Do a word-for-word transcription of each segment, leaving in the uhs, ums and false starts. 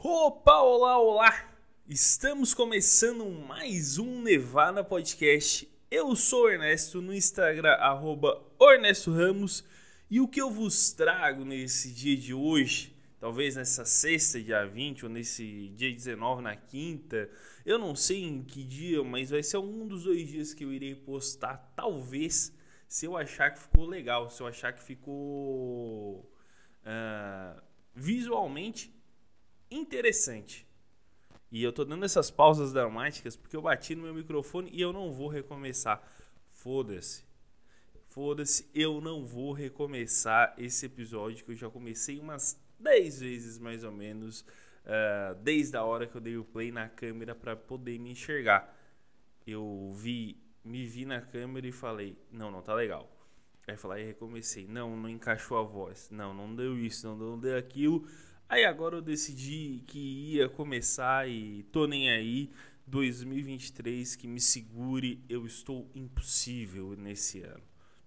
Opa, olá, olá! Estamos começando mais um Nevada Podcast. Eu sou o Ernesto, no Instagram, arroba Ernesto Ramos. E o que eu vos trago nesse dia de hoje, talvez nessa sexta, dia vinte, ou nesse dia dezenove, na quinta, eu não sei em que dia, mas vai ser um dos dois dias que eu irei postar, talvez, se eu achar que ficou legal, se eu achar que ficou uh, visualmente interessante. E eu tô dando essas pausas dramáticas porque eu bati no meu microfone e eu não vou recomeçar. Foda-se. Foda-se, eu não vou recomeçar esse episódio que eu já comecei umas dez vezes mais ou menos, uh, desde a hora que eu dei o play na câmera para poder me enxergar. Eu vi, me vi na câmera e falei, não, não tá legal. Aí falei, recomecei, não, não encaixou a voz, não, não deu isso, não, não deu aquilo. Aí agora eu decidi que ia começar e tô nem aí. dois mil e vinte e três, que me segure, eu estou impossível nesse ano.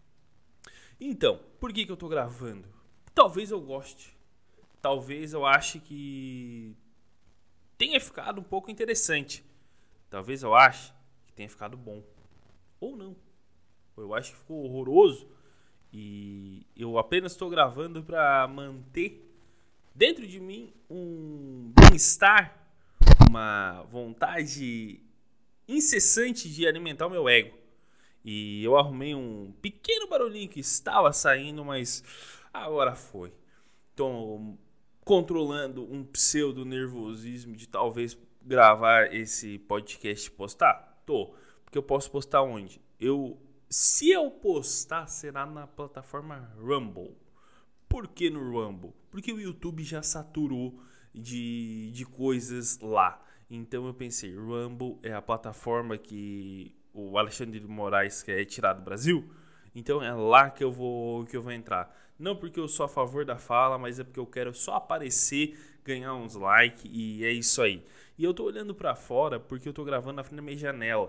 Então, por que que eu tô gravando? Talvez eu goste. Talvez eu ache que tenha ficado um pouco interessante. Talvez eu ache que tenha ficado bom. Ou não. Eu acho que ficou horroroso. E eu apenas estou gravando para manter dentro de mim um bem-estar, uma vontade incessante de alimentar o meu ego. E eu arrumei um pequeno barulhinho que estava saindo, mas agora foi. Estou controlando um pseudo nervosismo de talvez gravar esse podcast e postar? Tô. Porque eu posso postar onde? Eu, se eu postar, será na plataforma Rumble. Por que no Rumble? Porque o YouTube já saturou de, de coisas lá. Então eu pensei, Rumble é a plataforma que o Alexandre de Moraes quer tirar do Brasil. Então é lá que eu vou, que eu vou entrar. Não porque eu sou a favor da fala, mas é porque eu quero só aparecer, ganhar uns likes e é isso aí. E eu tô olhando pra fora porque eu tô gravando na frente da minha janela.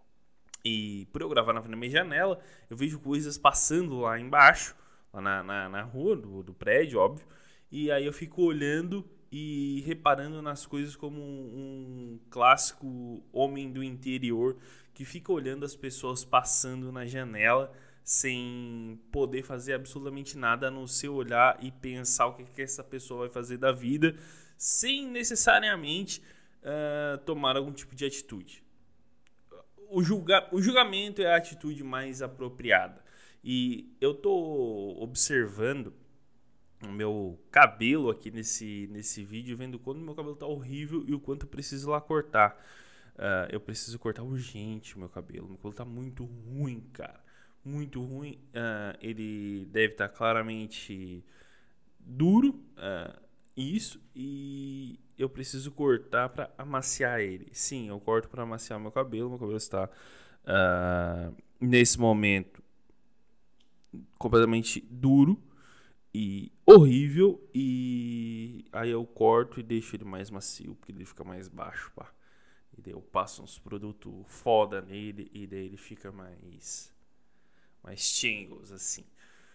E por eu gravar na frente da minha janela, eu vejo coisas passando lá embaixo. Lá na, na, na rua do, do prédio, óbvio. E aí eu fico olhando e reparando nas coisas como um, um clássico homem do interior que fica olhando as pessoas passando na janela sem poder fazer absolutamente nada a não ser olhar e pensar o que, que essa pessoa vai fazer da vida sem necessariamente uh, tomar algum tipo de atitude. O, julga, o julgamento é a atitude mais apropriada. E eu tô observando o meu cabelo aqui nesse, nesse vídeo, vendo o quanto meu cabelo tá horrível e o quanto eu preciso lá cortar. Uh, eu preciso cortar urgente o meu cabelo. Meu cabelo tá muito ruim, cara. Muito ruim. Uh, ele deve estar tá claramente duro. Uh, isso. E eu preciso cortar para amaciar ele. Sim, eu corto para amaciar meu cabelo. Meu cabelo está uh, nesse momento completamente duro e horrível, e aí eu corto e deixo ele mais macio, porque ele fica mais baixo, pá. E daí eu passo uns produtos foda nele e daí ele fica mais mais chingos, assim.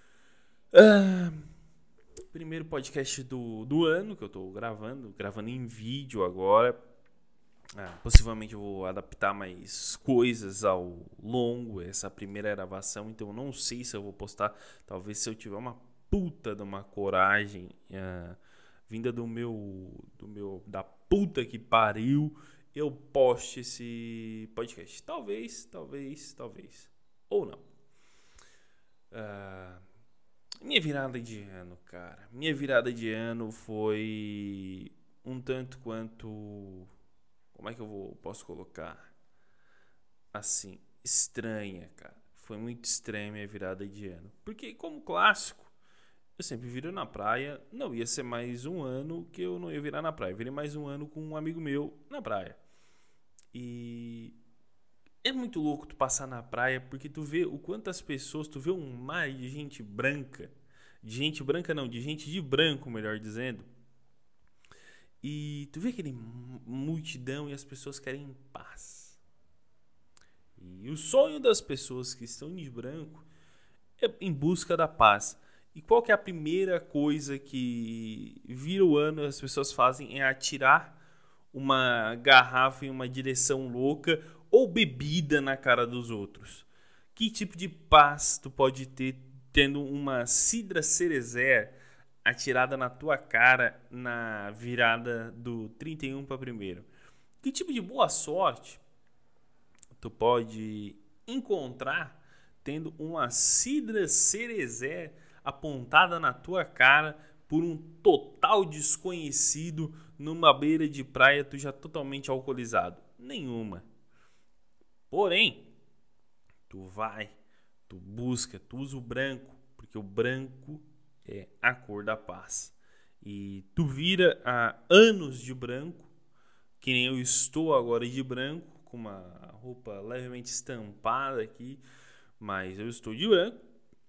Ah, primeiro podcast do, do ano que eu tô gravando, gravando em vídeo agora. Ah, possivelmente eu vou adaptar mais coisas ao longo essa primeira gravação, então eu não sei se eu vou postar. Talvez se eu tiver uma puta de uma coragem uh, vinda do meu, do meu da puta que pariu, eu poste esse podcast. Talvez, talvez, talvez. Ou não. Uh, minha virada de ano, cara. Minha virada de ano foi um tanto quanto... Como é que eu vou, posso colocar? Assim, estranha, cara. Foi muito estranha minha virada de ano. Porque, como clássico, eu sempre viro na praia. Não ia ser mais um ano que eu não ia virar na praia. Eu virei mais um ano com um amigo meu na praia. E é muito louco tu passar na praia porque tu vê o quanto as pessoas, tu vê um mar de gente branca. De gente branca não, de gente de branco, melhor dizendo. E tu vê aquele multidão e as pessoas querem paz. E o sonho das pessoas que estão de branco é em busca da paz. E qual que é a primeira coisa que vira o ano as pessoas fazem? É atirar uma garrafa em uma direção louca ou bebida na cara dos outros. Que tipo de paz tu pode ter tendo uma Cidra Cerezer atirada na tua cara na virada do trinta e um para primeiro? Que tipo de boa sorte tu pode encontrar tendo uma Cidra Cerezer apontada na tua cara por um total desconhecido numa beira de praia, tu já totalmente alcoolizado? Nenhuma. Porém, tu vai, tu busca, tu usa o branco, porque o branco é a cor da paz. E tu vira há anos de branco, que nem eu estou agora de branco, com uma roupa levemente estampada aqui, mas eu estou de branco.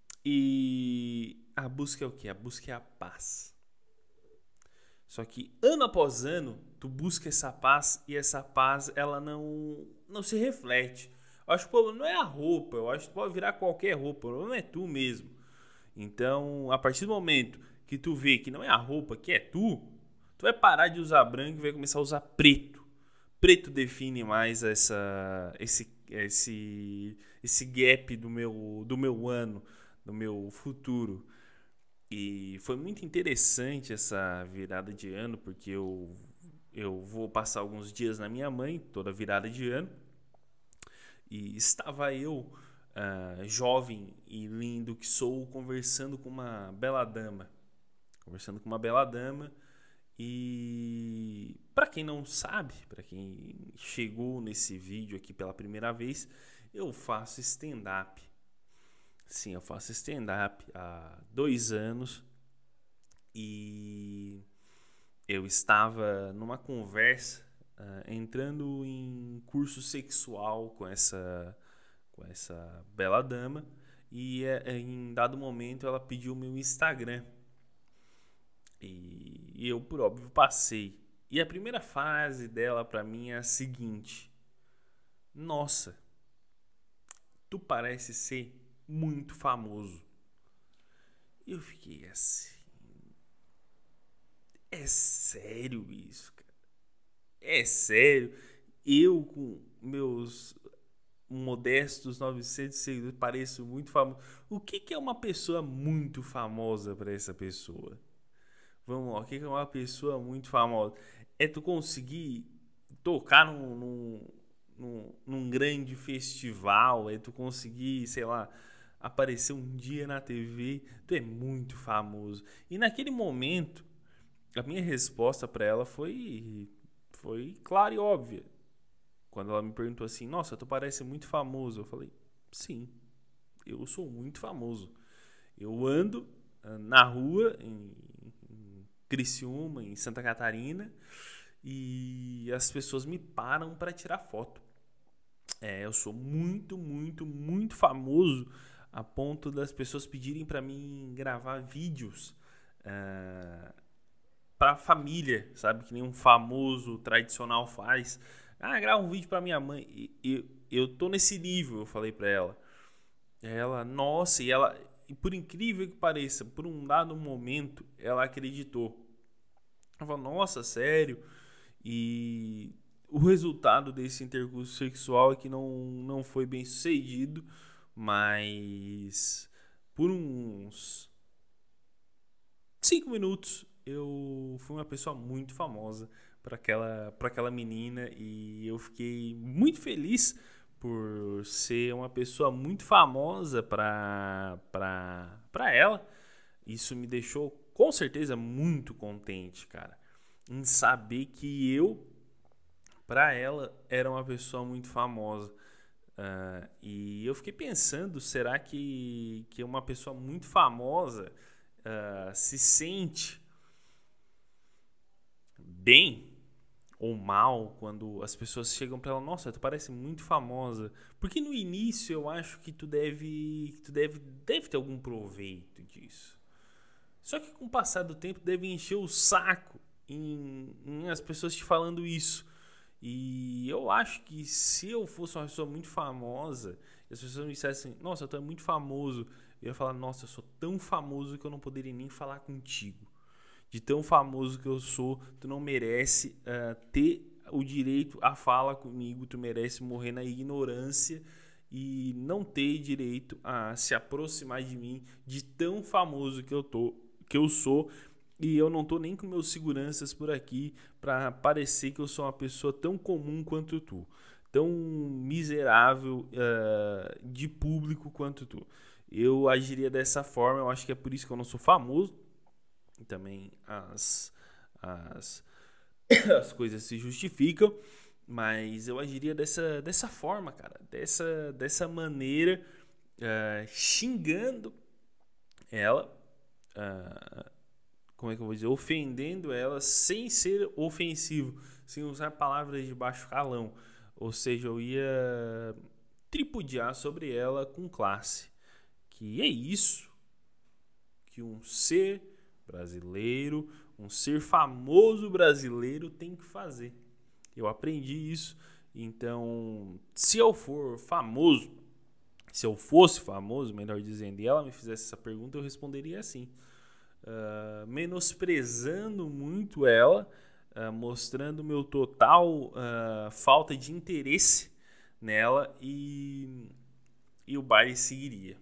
E a busca é o quê? A busca é a paz. Só que ano após ano, tu busca essa paz e essa paz ela não, não se reflete. Eu acho que o problema não é a roupa, eu acho que pode virar qualquer roupa, o problema é tu mesmo. Então, a partir do momento que tu vê que não é a roupa, que é tu, tu vai parar de usar branco e vai começar a usar preto. Preto define mais essa, esse, esse, esse gap do meu, do meu ano, do meu futuro. E foi muito interessante essa virada de ano, porque eu, eu vou passar alguns dias na minha mãe, toda virada de ano. E estava eu, uh, jovem e lindo que sou, conversando com uma bela dama. Conversando com uma bela dama. E para quem não sabe, para quem chegou nesse vídeo aqui pela primeira vez, eu faço stand-up. Sim, eu faço stand-up há dois anos e eu estava numa conversa, uh, entrando em curso sexual com essa, com essa bela dama e uh, em dado momento ela pediu o meu Instagram e eu, por óbvio, passei. E a primeira frase dela para mim é a seguinte: nossa, tu parece ser muito famoso. Eu fiquei assim, é sério isso, cara? É sério? Eu com meus modestos novecentos seguidores pareço muito famoso. O que, que é uma pessoa muito famosa para essa pessoa? Vamos lá, o que, que é uma pessoa muito famosa? É tu conseguir tocar num, num, num, num grande festival, é tu conseguir, sei lá, aparecer um dia na T V, tu é muito famoso. E naquele momento, a minha resposta para ela foi, foi clara e óbvia. Quando ela me perguntou assim, nossa, tu parece muito famoso. Eu falei, sim, eu sou muito famoso. Eu ando na rua, em, em Criciúma, em Santa Catarina, e as pessoas me param para tirar foto. É, eu sou muito, muito, muito famoso a ponto das pessoas pedirem para mim gravar vídeos uh, para a família, sabe? Que nem um famoso tradicional faz. Ah, grava um vídeo para minha mãe. E, e, eu tô nesse nível, eu falei para ela. Ela, nossa, e ela, e por incrível que pareça, por um dado momento, ela acreditou. Ela falou, nossa, sério? E o resultado desse intercurso sexual é que não, não foi bem sucedido, mas por uns cinco minutos eu fui uma pessoa muito famosa para aquela, para aquela menina e eu fiquei muito feliz por ser uma pessoa muito famosa para para ela. Isso me deixou com certeza muito contente, cara, em saber que eu, para ela, era uma pessoa muito famosa. Uh, e eu fiquei pensando, será que, que uma pessoa muito famosa uh, se sente bem ou mal quando as pessoas chegam para ela, nossa, tu parece muito famosa? Porque no início eu acho que tu deve, tu deve, deve ter algum proveito disso. Só que com o passar do tempo deve encher o saco em, em as pessoas te falando isso. E eu acho que se eu fosse uma pessoa muito famosa e as pessoas me dissessem, nossa, tu é muito famoso, eu ia falar, nossa, eu sou tão famoso que eu não poderia nem falar contigo. De tão famoso que eu sou, tu não merece uh, ter o direito à fala comigo, tu merece morrer na ignorância e não ter direito a se aproximar de mim, de tão famoso que eu, tô, que eu sou. E eu não tô nem com meus seguranças por aqui para parecer que eu sou uma pessoa tão comum quanto tu. Tão miserável uh, de público quanto tu. Eu agiria dessa forma, eu acho que é por isso que eu não sou famoso. E também as, as, as coisas se justificam. Mas eu agiria dessa, dessa forma, cara. Dessa, dessa maneira, uh, xingando ela. Uh, como é que eu vou dizer? Ofendendo ela sem ser ofensivo. Sem usar palavras de baixo calão. Ou seja, eu ia tripudiar sobre ela com classe. Que é isso que um ser brasileiro, um ser famoso brasileiro tem que fazer. Eu aprendi isso. Então, se eu for famoso, se eu fosse famoso, melhor dizendo, e ela me fizesse essa pergunta, eu responderia assim. Uh, menosprezando muito ela, uh, mostrando meu total uh, falta de interesse nela e, e o baile seguiria.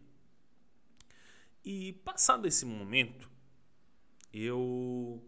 E passado esse momento, eu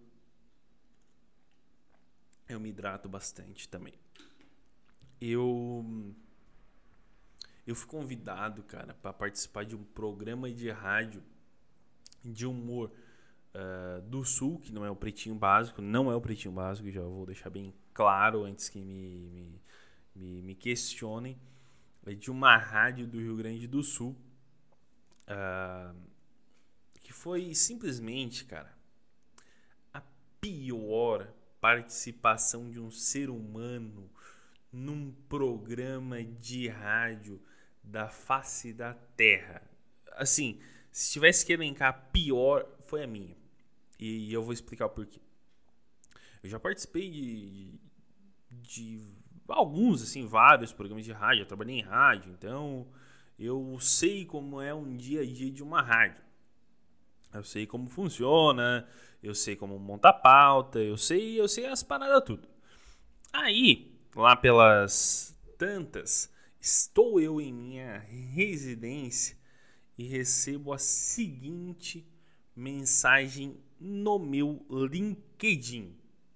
eu me hidrato bastante também. Eu eu fui convidado, cara, para participar de um programa de rádio de humor Uh, do Sul, que não é o Pretinho Básico, não é o Pretinho Básico, já vou deixar bem claro antes que me, me, me, me questionem, é de uma rádio do Rio Grande do Sul, uh, que foi simplesmente, cara, a pior participação de um ser humano num programa de rádio da face da Terra. Assim, se tivesse que elencar a pior, foi a minha. E eu vou explicar o porquê. Eu já participei de, de, de alguns, assim, vários programas de rádio. Eu trabalhei em rádio, então eu sei como é um dia a dia de uma rádio. Eu sei como funciona, eu sei como montar pauta, eu sei, eu sei as paradas tudo. Aí, lá pelas tantas, estou eu em minha residência e recebo a seguinte mensagem no meu LinkedIn.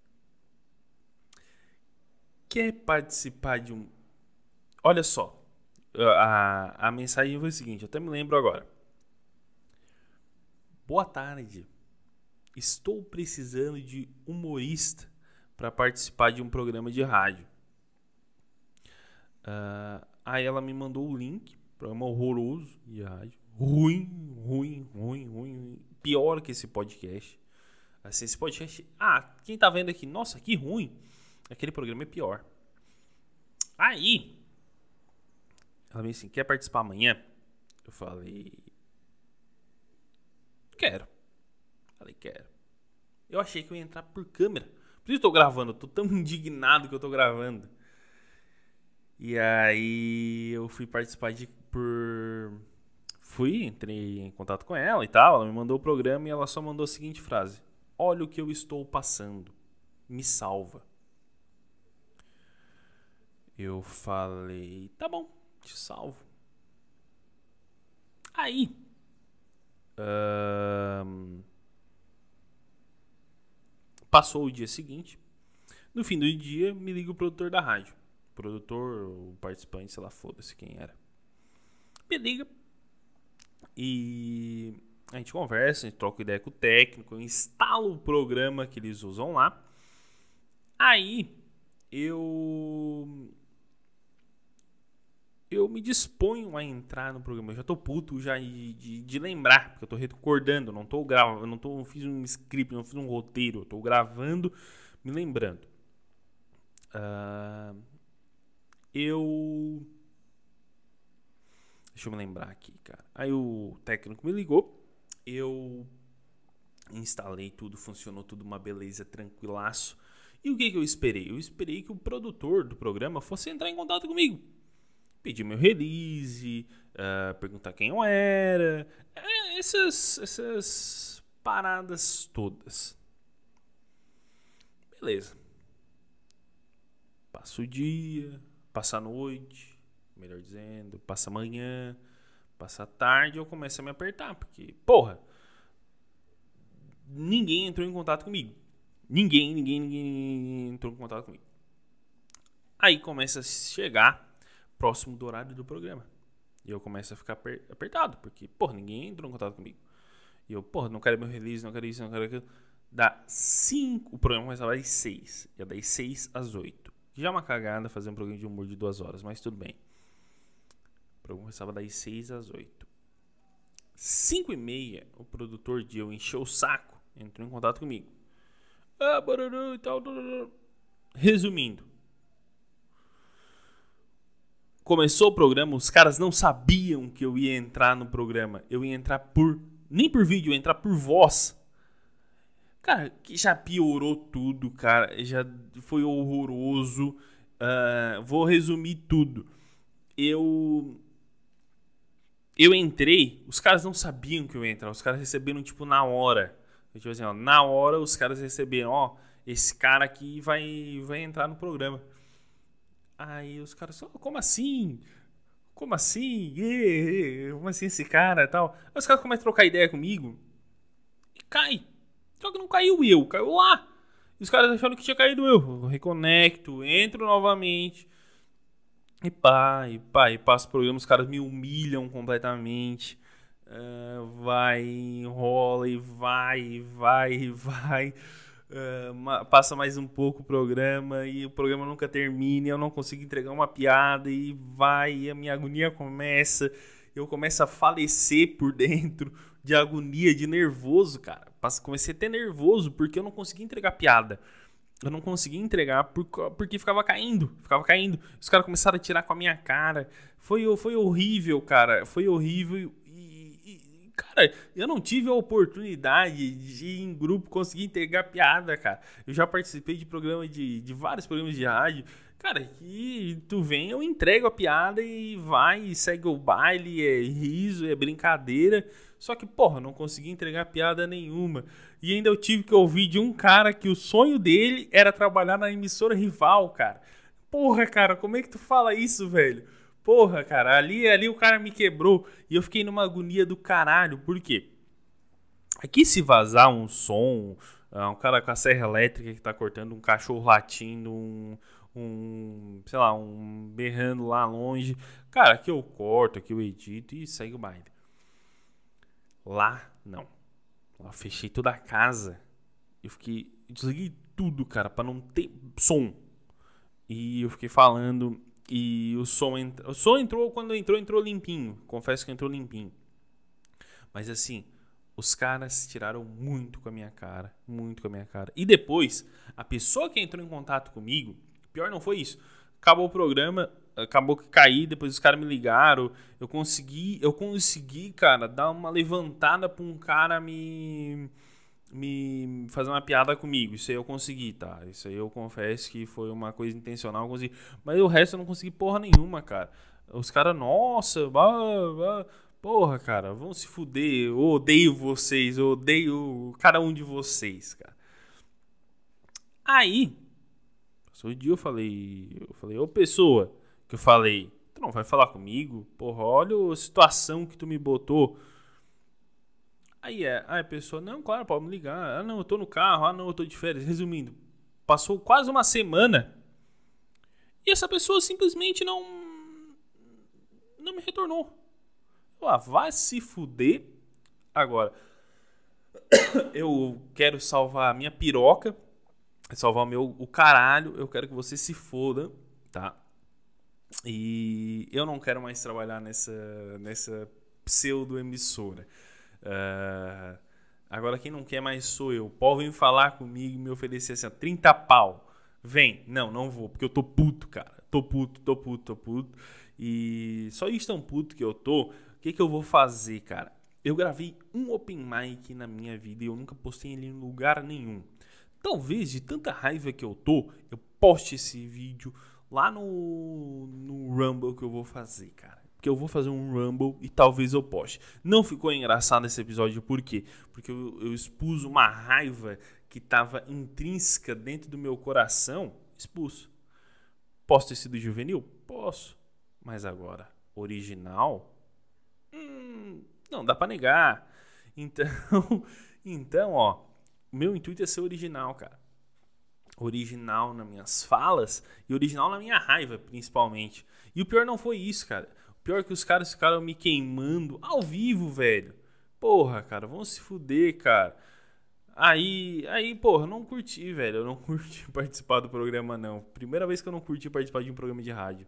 Quer participar de um... Olha só, a, a mensagem foi o seguinte, eu até me lembro agora. Boa tarde, estou precisando de humorista para participar de um programa de rádio. Uh, aí ela me mandou o link, programa horroroso de rádio. Ruim, ruim, ruim, ruim. Pior que esse podcast. Assim, esse podcast... Ah, quem tá vendo aqui, nossa, que ruim. Aquele programa é pior. Aí, ela me disse assim, quer participar amanhã? Eu falei... Quero. Falei, quero. Eu achei que eu ia entrar por câmera. Por isso eu tô gravando, eu tô tão indignado que eu tô gravando. E aí eu fui participar de... por... Fui, entrei em contato com ela e tal, ela me mandou o programa e ela só mandou a seguinte frase. Olha o que eu estou passando. Me salva. Eu falei, tá bom, te salvo. Aí, um, passou o dia seguinte. No fim do dia, me liga o produtor da rádio. Produtor, o participante, sei lá, foda-se quem era. Me liga. E a gente conversa, a gente troca ideia com o técnico, eu instalo o programa que eles usam lá. Aí eu eu me disponho a entrar no programa. Eu já tô puto já de, de, de lembrar, porque eu tô recordando, não tô gravando, não tô, não fiz um script, não fiz um roteiro, eu tô gravando, me lembrando. Uh, eu Deixa eu me lembrar aqui, cara. Aí o técnico me ligou, eu instalei tudo, funcionou tudo uma beleza, tranquilaço. E o que, que eu esperei? Eu esperei que o produtor do programa fosse entrar em contato comigo. pedir meu release, uh, perguntar quem eu era, é, essas, essas paradas todas. Beleza. Passa o dia, passa a noite, melhor dizendo, passa a manhã, passa a tarde, eu começo a me apertar, porque, porra, ninguém entrou em contato comigo. Ninguém, ninguém, ninguém entrou em contato comigo. Aí começa a chegar próximo do horário do programa. E eu começo a ficar apertado, porque, porra, ninguém entrou em contato comigo. E eu, porra, não quero meu release, não quero isso, não quero aquilo. Dá cinco, o programa começava às seis. Ia das seis às oito. Já é uma cagada fazer um programa de humor de duas horas, mas tudo bem. O programa começava das seis às oito. Cinco e meia, o produtor de eu encheu o saco, entrou em contato comigo. Ah, barará e tal. Resumindo. Começou o programa, os caras não sabiam que eu ia entrar no programa. Eu ia entrar por... Nem por vídeo, eu ia entrar por voz. Cara, que já piorou tudo, cara. Já foi horroroso. Uh, vou resumir tudo. Eu... Eu entrei, os caras não sabiam que eu ia entrar. Os caras receberam, tipo, na hora. Tipo assim, ó, na hora os caras receberam, ó, esse cara aqui vai, vai entrar no programa. Aí os caras, oh, como assim? Como assim? E, como assim esse cara e tal? Aí os caras começam a trocar ideia comigo e cai. Só que não caiu eu, caiu lá. E os caras achando que tinha caído eu. Eu reconecto, entro novamente. E pá, e pá, e passo o programa, os caras me humilham completamente. Uh, vai, enrola e vai, e vai, e vai. Uh, passa mais um pouco o programa e o programa nunca termina, eu não consigo entregar uma piada e vai, e a minha agonia começa, eu começo a falecer por dentro de agonia, de nervoso, cara. Comecei a ter nervoso porque eu não conseguia entregar piada. Eu não conseguia entregar porque ficava caindo, ficava caindo. Os caras começaram a tirar com a minha cara. Foi, foi horrível, cara, foi horrível. Cara, eu não tive a oportunidade de ir em grupo conseguir entregar piada, cara. Eu já participei de programa de, de vários programas de rádio. Cara, que tu vem, eu entrego a piada e vai, e segue o baile, é riso, é brincadeira. Só que, porra, eu não consegui entregar piada nenhuma. E ainda eu tive que ouvir de um cara que o sonho dele era trabalhar na emissora rival, cara. Porra, cara, como é que tu fala isso, velho? Porra, cara, ali, ali o cara me quebrou e eu fiquei numa agonia do caralho. Por quê? Aqui se vazar um som, um cara com a serra elétrica que tá cortando, um cachorro latindo, um, um sei lá, um berrando lá longe. Cara, aqui eu corto, aqui eu edito e segue o baile. Lá, não. Lá eu fechei toda a casa. Eu fiquei, eu desliguei tudo, cara, pra não ter som. E eu fiquei falando... E o som, ent... o som entrou, quando entrou, entrou limpinho. Confesso que entrou limpinho. Mas assim, os caras tiraram muito com a minha cara. Muito com a minha cara. E depois, a pessoa que entrou em contato comigo, pior não foi isso. Acabou o programa, acabou que caí, depois os caras me ligaram. Eu consegui, eu consegui, cara, dar uma levantada pra um cara me... me fazer uma piada comigo. Isso aí eu consegui, tá? Isso aí eu confesso que foi uma coisa intencional, eu consegui. Mas o resto eu não consegui porra nenhuma, cara. Os caras, nossa, bah, bah, porra, cara, vão se fuder. Eu odeio vocês, eu odeio cada um de vocês, cara. Aí, passou o dia, eu falei, eu falei, ô pessoa, que eu falei, tu não vai falar comigo? Porra, olha a situação que tu me botou. Aí é, aí a pessoa, não, claro, pode me ligar. Ah, não, eu tô no carro. Ah, não, eu tô de férias. Resumindo, passou quase uma semana e essa pessoa simplesmente não não me retornou. Eu, ah, vai se fuder. Agora, eu quero salvar a minha piroca, salvar o meu o caralho. Eu quero que você se foda, tá? E eu não quero mais trabalhar nessa, nessa pseudo-emissora. Uh, agora quem não quer mais sou eu. Pode vir falar comigo e me oferecer assim, trinta pau. Vem. Não, não vou, porque eu tô puto, cara. Tô puto, tô puto, tô puto. E só isso tão puto que eu tô. O que que eu vou fazer, cara? Eu gravei um open mic na minha vida e eu nunca postei ele em lugar nenhum. Talvez de tanta raiva que eu tô, eu poste esse vídeo lá no, no Rumble que eu vou fazer, cara. Porque eu vou fazer um Rumble e talvez eu poste. Não ficou engraçado esse episódio, por quê? Porque eu, eu expus uma raiva que estava intrínseca dentro do meu coração. Expus. Posso ter sido juvenil? Posso. Mas agora, original? Hum, não, dá pra negar. Então, então, ó, meu intuito é ser original, cara. Original nas minhas falas e original na minha raiva, principalmente. E o pior não foi isso, cara. O pior é que os caras ficaram me queimando ao vivo, velho. Porra, cara, vão se fuder, cara. Aí, aí, porra, eu não curti, velho. Eu não curti participar do programa, não. Primeira vez que eu não curti participar de um programa de rádio.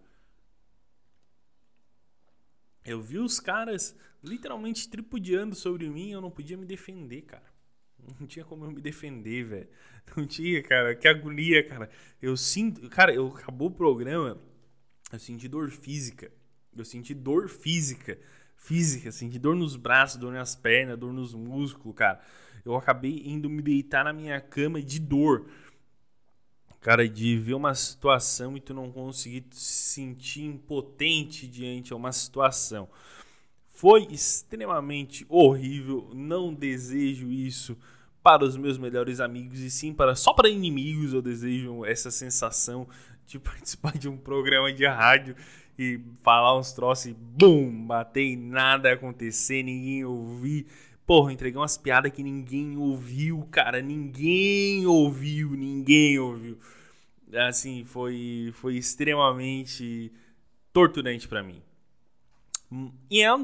Eu vi os caras literalmente tripudiando sobre mim e eu não podia me defender, cara. Não tinha como eu me defender, velho. Não tinha, cara. Que agonia, cara. Eu sinto... Cara, eu acabou o programa, eu senti dor física. Eu senti dor física. Física, senti dor nos braços, dor nas pernas, dor nos músculos, cara. Eu acabei indo me deitar na minha cama de dor. Cara, de ver uma situação e tu não conseguir se sentir impotente diante de uma situação. Foi extremamente horrível. Não desejo isso para os meus melhores amigos e sim para só para inimigos. Eu desejo essa sensação de participar de um programa de rádio e falar uns troços e bum, bater e nada acontecer, ninguém ouvir. Porra, entreguei umas piadas que ninguém ouviu, cara. Ninguém ouviu, ninguém ouviu. Assim, foi, foi extremamente torturante pra mim. And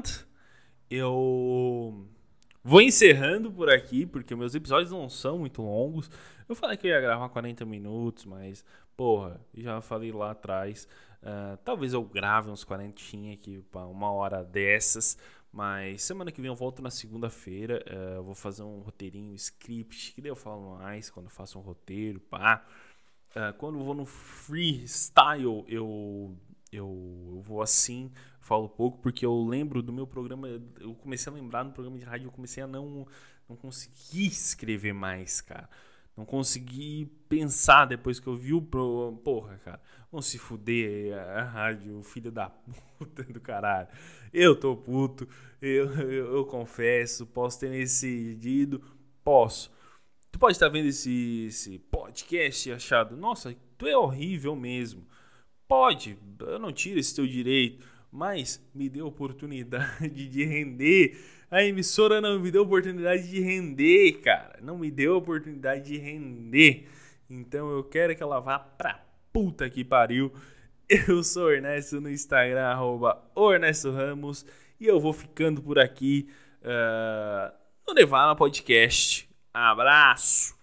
eu vou encerrando por aqui, porque meus episódios não são muito longos. Eu falei que eu ia gravar quarenta minutos, mas, porra, já falei lá atrás. Uh, talvez eu grave uns quarenta aqui pra uma hora dessas. Mas semana que vem eu volto na segunda-feira. Uh, eu vou fazer um roteirinho, script, que daí eu falo mais quando eu faço um roteiro, pá. Uh, quando eu vou no freestyle, eu, eu, eu vou assim, falo pouco, porque eu lembro do meu programa, eu comecei a lembrar no programa de rádio, eu comecei a não, não conseguir escrever mais, cara. Não consegui pensar depois que eu vi o pro... Porra, cara, vão se fuder a rádio, filho da puta do caralho. Eu tô puto, eu, eu, eu confesso, posso ter me decidido, posso. Tu pode estar vendo esse, esse podcast e achado, nossa, tu é horrível mesmo. Pode, eu não tiro esse teu direito, mas me deu oportunidade de render. A emissora não me deu oportunidade de render, cara. Não me deu oportunidade de render. Então eu quero que ela vá pra puta que pariu. Eu sou o Ernesto no Instagram, arroba Ernesto Ramos. E eu vou ficando por aqui uh, no Nevada Podcast. Abraço!